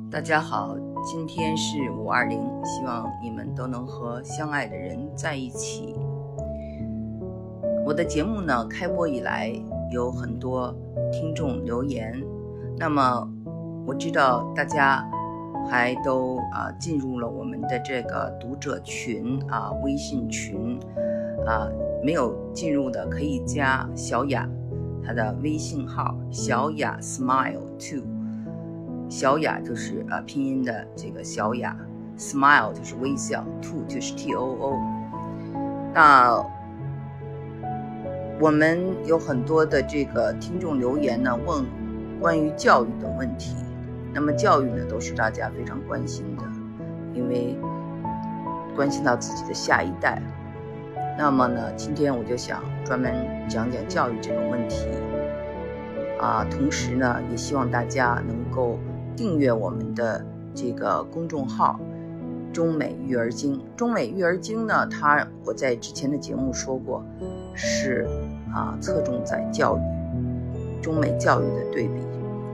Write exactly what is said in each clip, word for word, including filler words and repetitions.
大家好，今天是五二零，希望你们都能和相爱的人在一起。我的节目呢，开播以来有很多听众留言，那么我知道大家还都啊进入了我们的这个读者群啊微信群啊，没有进入的可以加小雅她的微信号小雅 smile two。小雅就是呃拼音的这个小雅 ，smile 就是微笑 ，to 就是 T O O。那我们有很多的这个听众留言呢，问关于教育的问题。那么教育呢，都是大家非常关心的，因为关心到自己的下一代。那么呢，今天我就想专门讲讲教育这个问题啊，同时呢，也希望大家能够订阅我们的这个公众号中美育儿经。中美育儿经呢，它我在之前的节目说过，是啊侧重在教育，中美教育的对比，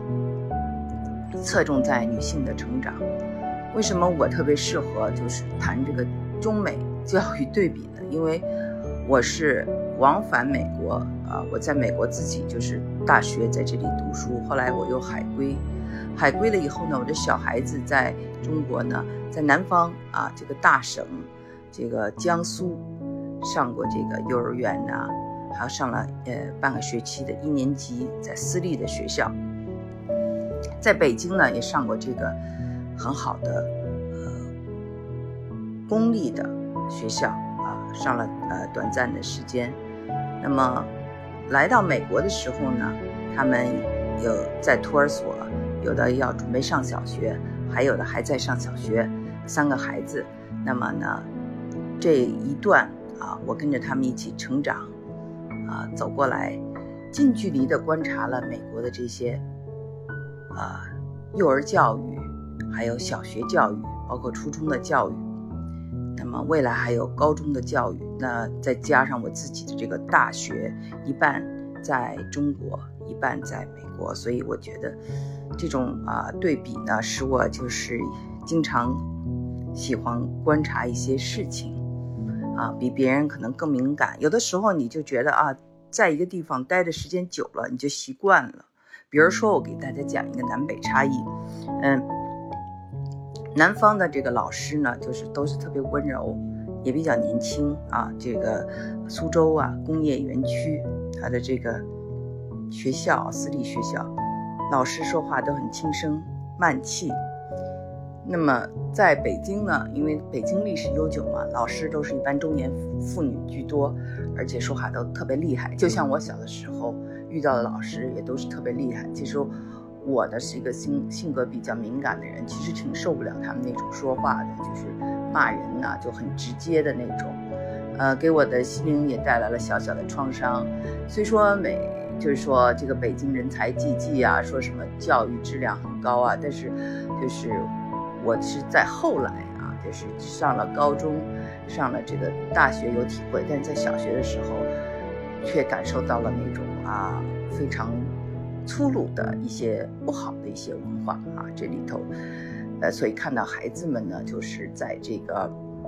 侧重在女性的成长。为什么我特别适合就是谈这个中美教育对比呢？因为我是往返美国啊，我在美国自己就是大学在这里读书，后来我又海归。海归了以后呢，我的小孩子在中国呢，在南方啊这个大省，这个江苏上过这个幼儿园呐、啊，还有上了呃半个学期的一年级，在私立的学校。在北京呢，也上过这个很好的呃公立的学校啊，上了呃短暂的时间。那么来到美国的时候呢，他们有在托儿所。有的要准备上小学，还有的还在上小学，三个孩子。那么呢，这一段啊，我跟着他们一起成长，啊，走过来，近距离的观察了美国的这些啊幼儿教育，还有小学教育，包括初中的教育。那么未来还有高中的教育，那再加上我自己的这个大学，一半在中国，一半在美国，所以我觉得这种啊、呃、对比呢，使我就是经常喜欢观察一些事情啊，比别人可能更敏感。有的时候你就觉得啊，在一个地方待的时间久了，你就习惯了。比如说，我给大家讲一个南北差异。嗯，南方的这个老师呢，就是都是特别温柔，也比较年轻啊。这个苏州啊，工业园区，它的这个学校，私立学校。老师说话都很轻声慢气。那么在北京呢，因为北京历史悠久嘛，老师都是一般中年妇女居多，而且说话都特别厉害。就像我小的时候遇到的老师也都是特别厉害。其实我呢是一个性性格比较敏感的人，其实挺受不了他们那种说话的，就是骂人呐、啊，就很直接的那种，呃，给我的心灵也带来了小小的创伤。虽说每就是说这个北京人才济济啊，说什么教育质量很高啊，但是就是我是在后来啊，就是上了高中，上了这个大学有体会，但是在小学的时候却感受到了那种啊非常粗鲁的一些不好的一些文化啊，这里头呃，所以看到孩子们呢，就是在这个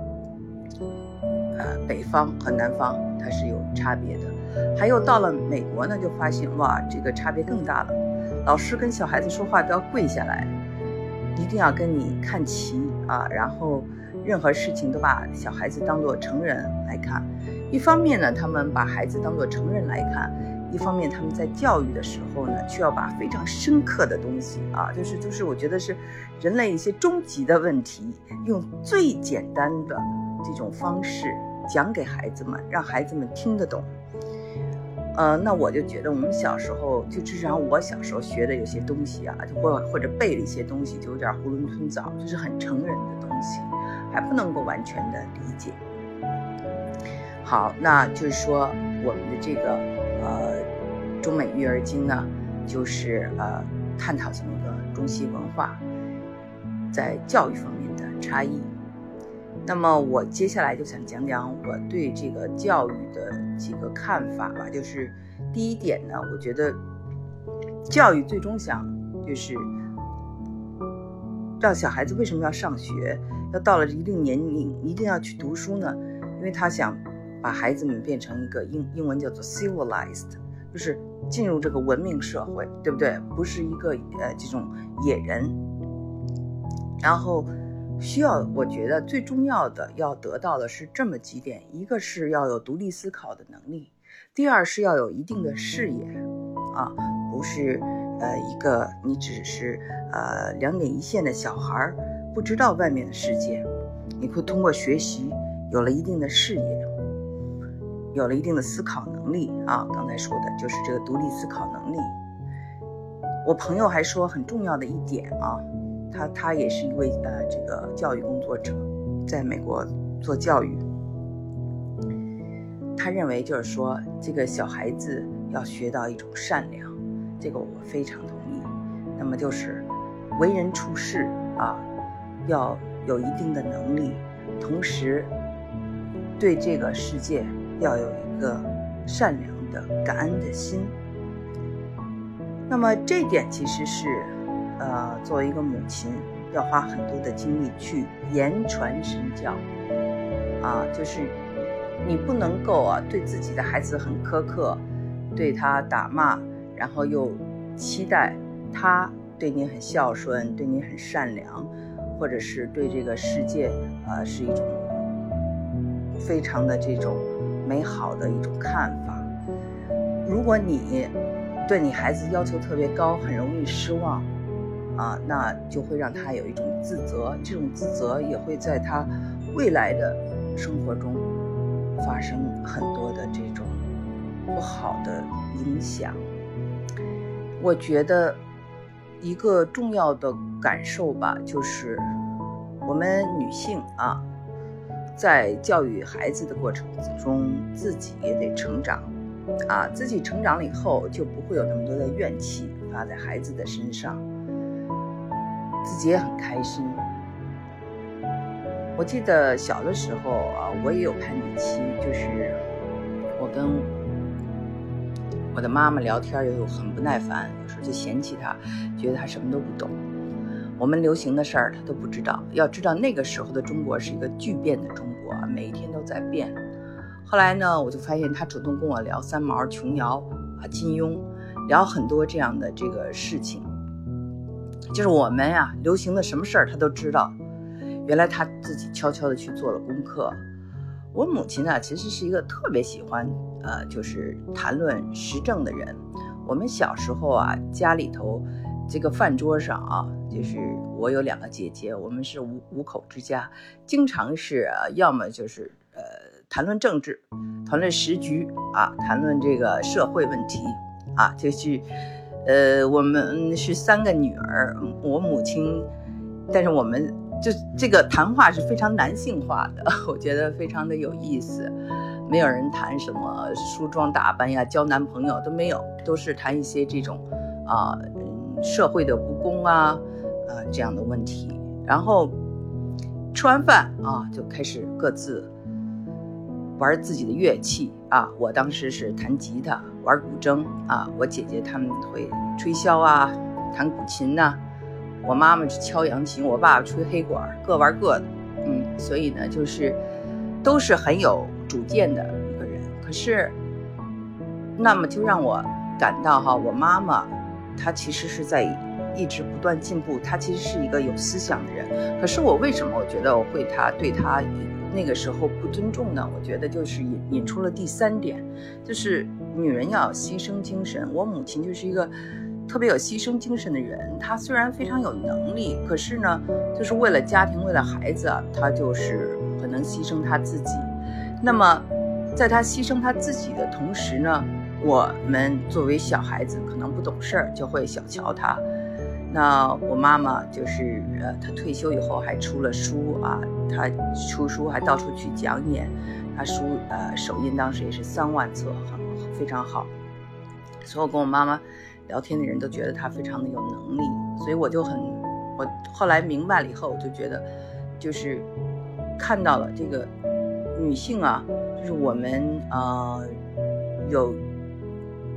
呃北方和南方它是有差别的。还有到了美国呢，就发现哇，这个差别更大了。老师跟小孩子说话都要跪下来，一定要跟你看齐啊，然后任何事情都把小孩子当作成人来看。一方面呢，他们把孩子当作成人来看，一方面他们在教育的时候呢，却要把非常深刻的东西啊，就是就是我觉得是人类一些终极的问题，用最简单的这种方式讲给孩子们，让孩子们听得懂。呃，那我就觉得我们小时候，就至少我小时候学的有些东西啊，就或或者背了一些东西，就有点囫囵吞枣，就是很成人的东西，还不能够完全的理解。好，那就是说我们的这个呃中美育儿经呢，就是呃探讨这么一个中西文化在教育方面的差异。那么我接下来就想讲讲我对这个教育的几个看法吧。就是第一点呢，我觉得教育最终想就是让小孩子为什么要上学，要到了一定年龄一定要去读书呢？因为他想把孩子们变成一个英英文叫做 civilized， 就是进入这个文明社会，对不对？不是一个呃这种野人。然后需要，我觉得最重要的要得到的是这么几点：一个是要有独立思考的能力，第二是要有一定的视野啊，不是呃一个你只是呃两点一线的小孩，不知道外面的世界。你会通过学习有了一定的视野，有了一定的思考能力啊。刚才说的就是这个独立思考能力。我朋友还说很重要的一点啊，他他也是一位呃这个教育工作者，在美国做教育。他认为就是说，这个小孩子要学到一种善良，这个我非常同意。那么就是为人处事啊，要有一定的能力，同时对这个世界要有一个善良的感恩的心。那么这一点其实是呃作为一个母亲要花很多的精力去言传身教啊，就是你不能够啊对自己的孩子很苛刻，对他打骂，然后又期待他对你很孝顺，对你很善良，或者是对这个世界呃是一种非常的这种美好的一种看法。如果你对你孩子要求特别高，很容易失望啊，那就会让他有一种自责，这种自责也会在他未来的生活中发生很多的这种不好的影响。我觉得一个重要的感受吧，就是我们女性啊，在教育孩子的过程中，自己也得成长啊，自己成长了以后，就不会有那么多的怨气发在孩子的身上，自己也很开心。我记得小的时候啊，我也有叛逆期，就是我跟我的妈妈聊天也有很不耐烦，有时候就嫌弃她，觉得她什么都不懂，我们流行的事儿她都不知道。要知道那个时候的中国是一个巨变的中国，每一天都在变。后来呢，我就发现她主动跟我聊三毛、琼瑶啊、金庸，聊很多这样的这个事情，就是我们呀、啊、流行的什么事儿她都知道。原来她自己悄悄的去做了功课。我母亲呢，其实是一个特别喜欢呃，就是谈论时政的人。我们小时候啊，家里头这个饭桌上啊，就是我有两个姐姐，我们是五五口之家，经常是、啊、要么就是呃谈论政治，谈论时局啊，谈论这个社会问题啊，就是呃我们是三个女儿，我母亲，但是我们就这个谈话是非常男性化的，我觉得非常的有意思。没有人谈什么梳妆打扮呀、交男朋友都没有，都是谈一些这种啊、呃、社会的不公啊啊、呃、这样的问题。然后吃完饭啊，就开始各自玩自己的乐器啊。我当时是弹吉他、玩古筝啊，我姐姐他们会吹箫啊、弹古琴呐、啊。我妈妈是敲扬琴，我爸爸吹黑管，各玩各的。嗯，所以呢，就是都是很有主见的一个人。可是，那么就让我感到哈，我妈妈她其实是在一直不断进步，她其实是一个有思想的人。可是我为什么我觉得我会她对她那个时候不尊重呢？我觉得就是引引出了第三点，就是女人要有牺牲精神。我母亲就是一个特别有牺牲精神的人，他虽然非常有能力，可是呢，就是为了家庭，为了孩子啊，他就是可能牺牲他自己。那么，在他牺牲他自己的同时呢，我们作为小孩子，可能不懂事儿，就会小瞧他。那我妈妈就是呃，她退休以后还出了书啊，她出书还到处去讲演，她书呃首印当时也是三万册，很非常好。所有跟我妈妈聊天的人都觉得她非常的有能力，所以我就很，我后来明白了以后，我就觉得，就是看到了这个女性啊，就是我们呃有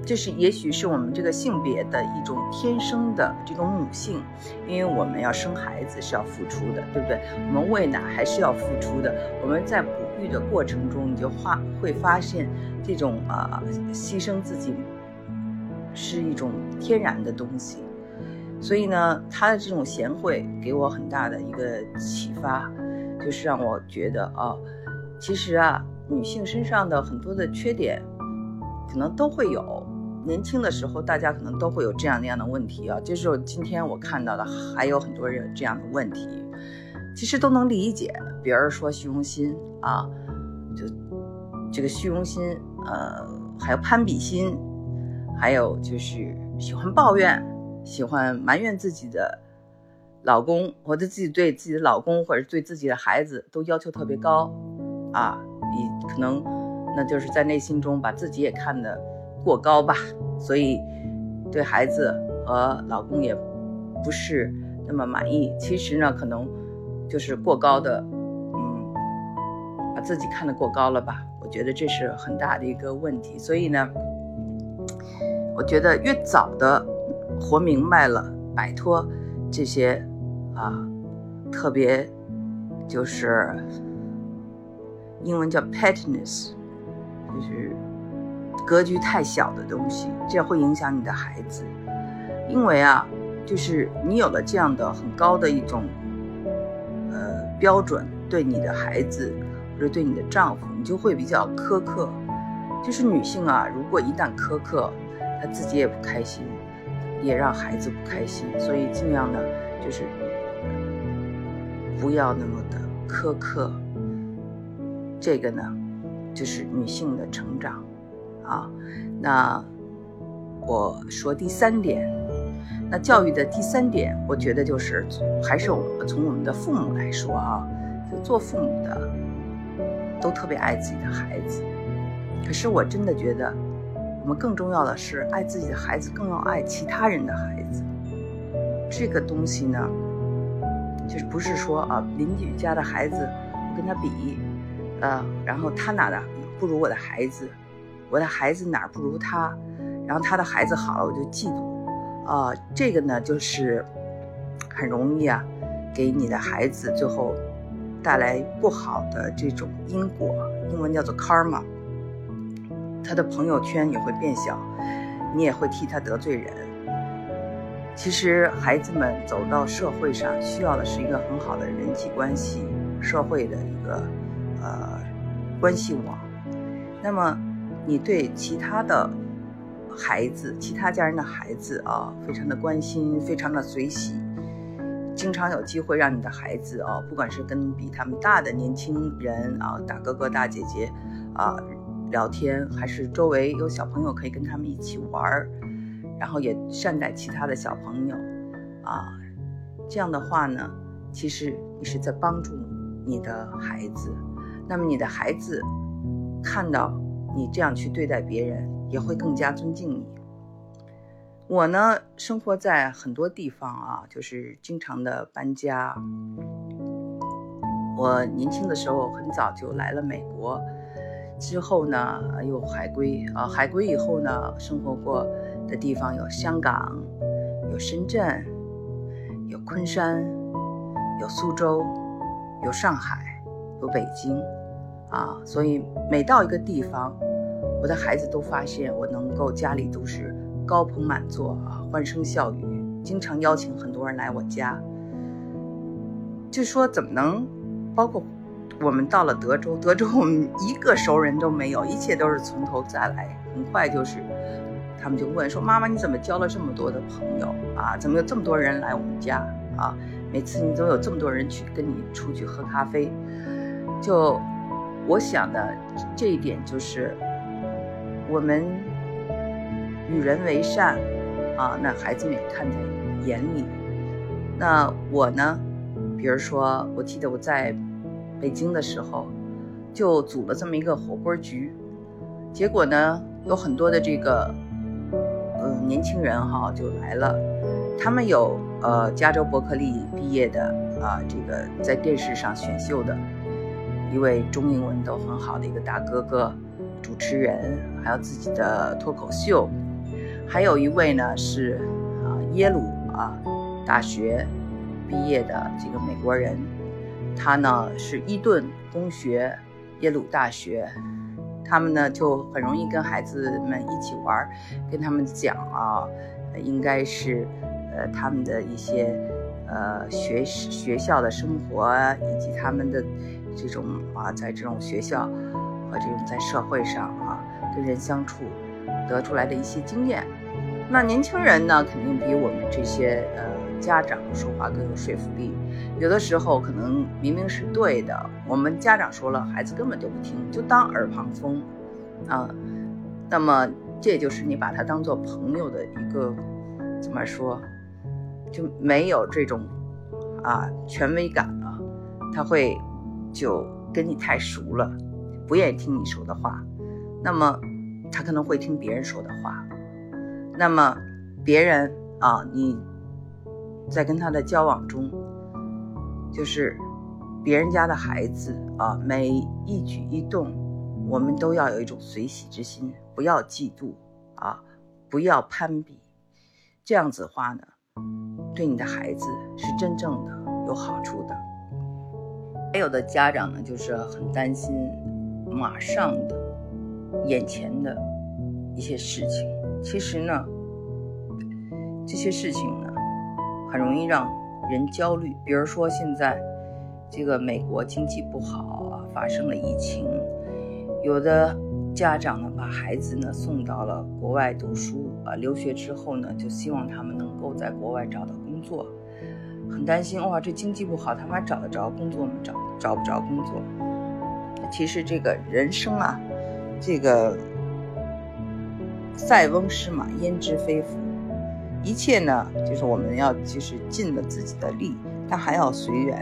这是也许是我们这个性别的一种天生的这种母性，因为我们要生孩子是要付出的，对不对？我们喂奶还是要付出的，我们在哺育的过程中，你就发会发现这种呃牺牲自己是一种天然的东西。所以呢，他的这种贤惠给我很大的一个启发，就是让我觉得哦，其实啊，女性身上的很多的缺点可能都会有，年轻的时候大家可能都会有这样那样的问题啊，就是今天我看到的还有很多人这样的问题，其实都能理解。比如说虚荣心啊，就这个虚荣心，呃，还有攀比心，还有就是喜欢抱怨，喜欢埋怨自己的老公，或者自己对自己的老公或者对自己的孩子都要求特别高啊，你可能那就是在内心中把自己也看得过高吧，所以对孩子和老公也不是那么满意。其实呢，可能就是过高的，嗯，把自己看得过高了吧。我觉得这是很大的一个问题。所以呢，我觉得越早的活明白了，摆脱这些啊，特别就是英文叫 pettiness， 就是格局太小的东西，这会影响你的孩子。因为啊，就是你有了这样的很高的一种呃标准，对你的孩子或者对你的丈夫，你就会比较苛刻。就是女性啊，如果一旦苛刻，她自己也不开心，也让孩子不开心，所以尽量呢，就是不要那么的苛刻。这个呢，就是女性的成长啊。那我说第三点，那教育的第三点，我觉得就是还是我们从我们的父母来说啊，就做父母的都特别爱自己的孩子。可是我真的觉得，我们更重要的是爱自己的孩子，更要爱其他人的孩子。这个东西呢，就是不是说啊，邻居家的孩子我跟他比，呃，然后他哪的不如我的孩子，我的孩子哪儿不如他，然后他的孩子好了我就嫉妒，啊、呃，这个呢就是很容易啊，给你的孩子最后带来不好的这种因果，英文叫做 karma。他的朋友圈也会变小，你也会替他得罪人。其实孩子们走到社会上需要的是一个很好的人际关系，社会的一个呃关系网。那么你对其他的孩子，其他家人的孩子啊，非常的关心，非常的随喜，经常有机会让你的孩子啊，不管是跟比他们大的年轻人啊，大哥哥大姐姐啊聊天，还是周围有小朋友可以跟他们一起玩，然后也善待其他的小朋友啊，这样的话呢，其实你是在帮助你的孩子。那么你的孩子看到你这样去对待别人，也会更加尊敬你。我呢，生活在很多地方啊，就是经常的搬家。我年轻的时候很早就来了美国，之后呢又海归啊，海归以后呢，生活过的地方有香港，有深圳，有昆山，有苏州，有上海，有北京啊，所以每到一个地方，我的孩子都发现我能够家里都是高朋满座啊，欢声笑语，经常邀请很多人来我家。就说怎么能，包括我们到了德州，德州我们一个熟人都没有，一切都是从头再来。很快就是他们就问说，妈妈你怎么交了这么多的朋友啊？怎么有这么多人来我们家啊？每次你都有这么多人去跟你出去喝咖啡。就我想的这一点就是我们与人为善啊，那孩子们也看在眼里。那我呢，比如说我记得我在北京的时候就组了这么一个火锅局，结果呢有很多的这个呃年轻人哈就来了，他们有呃加州伯克利毕业的啊，这个在电视上选秀的一位中英文都很好的一个大哥哥主持人，还有自己的脱口秀还有一位呢是啊耶鲁啊大学毕业的这个美国人，他呢是伊顿公学耶鲁大学，他们呢就很容易跟孩子们一起玩，跟他们讲啊，应该是呃他们的一些呃学学校的生活，以及他们的这种啊在这种学校和这种在社会上啊跟人相处得出来的一些经验。那年轻人呢，肯定比我们这些呃家长说话更有说服力。有的时候可能明明是对的，我们家长说了，孩子根本就不听，就当耳旁风啊。那么这就是你把他当做朋友的一个怎么说，就没有这种啊权威感了，他会就跟你太熟了，不愿意听你说的话。那么他可能会听别人说的话。那么别人啊，你在跟他的交往中，就是别人家的孩子啊，每一举一动我们都要有一种随喜之心，不要嫉妒啊，不要攀比，这样子的话呢，对你的孩子是真正的有好处的。还有的家长呢，就是很担心马上的眼前的一些事情，其实呢这些事情呢很容易让人焦虑。比如说现在这个美国经济不好啊，发生了疫情，有的家长呢把孩子呢送到了国外读书啊，留学之后呢就希望他们能够在国外找到工作，很担心哇这经济不好，他们还找得着工作吗？找找不着工作。其实这个人生啊，这个塞翁失马焉知非福，一切呢就是我们要就是尽了自己的力，但还要随缘。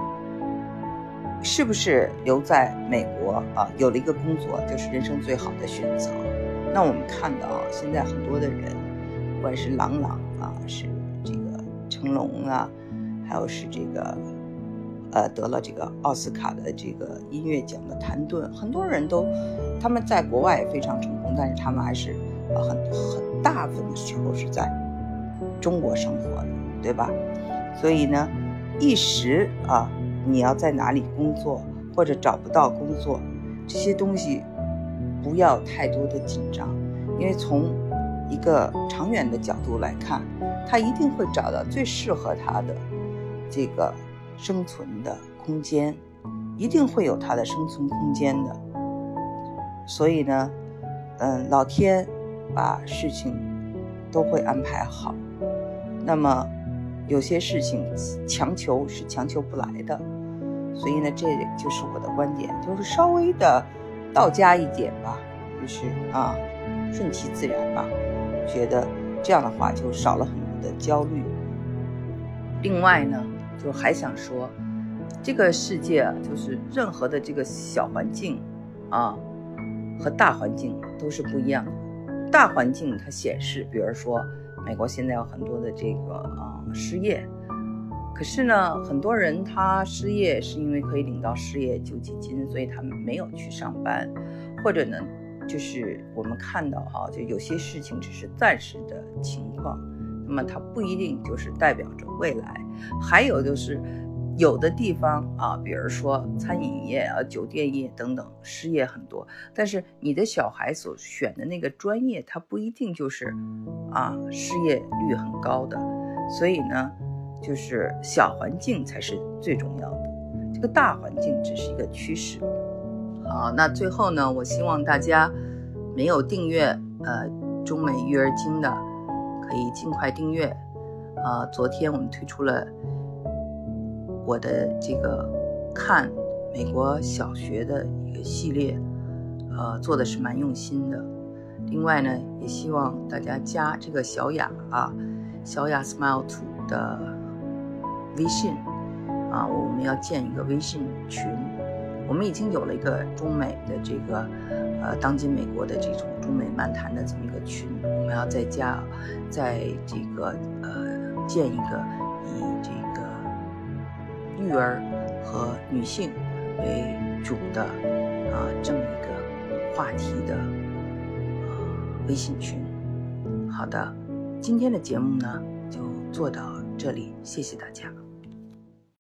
是不是留在美国啊，有了一个工作就是人生最好的选择？那我们看到现在很多的人，不管是郎朗啊，是这个成龙啊，还有是这个呃得了这个奥斯卡的这个音乐奖的谭盾，很多人都他们在国外也非常成功，但是他们还是呃很很大部分的时候是在中国生活的，对吧？所以呢，一时啊你要在哪里工作或者找不到工作，这些东西不要太多的紧张，因为从一个长远的角度来看，他一定会找到最适合他的这个生存的空间，一定会有他的生存空间的。所以呢嗯，老天把事情都会安排好，那么有些事情强求是强求不来的。所以呢这就是我的观点，就是稍微的道家一点吧，就是啊顺其自然吧，觉得这样的话就少了很多的焦虑。另外呢就还想说，这个世界啊，就是任何的这个小环境啊和大环境都是不一样的。大环境它显示，比如说美国现在有很多的这个啊、呃、失业，可是呢很多人他失业是因为可以领到失业救济金，所以他们没有去上班，或者呢就是我们看到哈、啊，就有些事情只是暂时的情况，那么它不一定就是代表着未来。还有就是有的地方啊，比如说餐饮业啊、酒店业等等，失业很多，但是你的小孩所选的那个专业，它不一定就是啊失业率很高的。所以呢就是小环境才是最重要的，这个大环境只是一个趋势。好，那最后呢，我希望大家没有订阅呃中美育儿经的，可以尽快订阅。呃，昨天我们推出了我的这个看美国小学的一个系列，呃，做的是蛮用心的。另外呢，也希望大家加这个小雅啊，小雅 Smile Two 的微信啊，我们要建一个微信群。我们已经有了一个中美的这个呃当今美国的这种中美漫谈的这么一个群，我们要再加在这个呃建一个以这个育儿和女性为主的啊这么一个话题的呃微信群。 好的，今天的节目呢就做到这里，谢谢大家。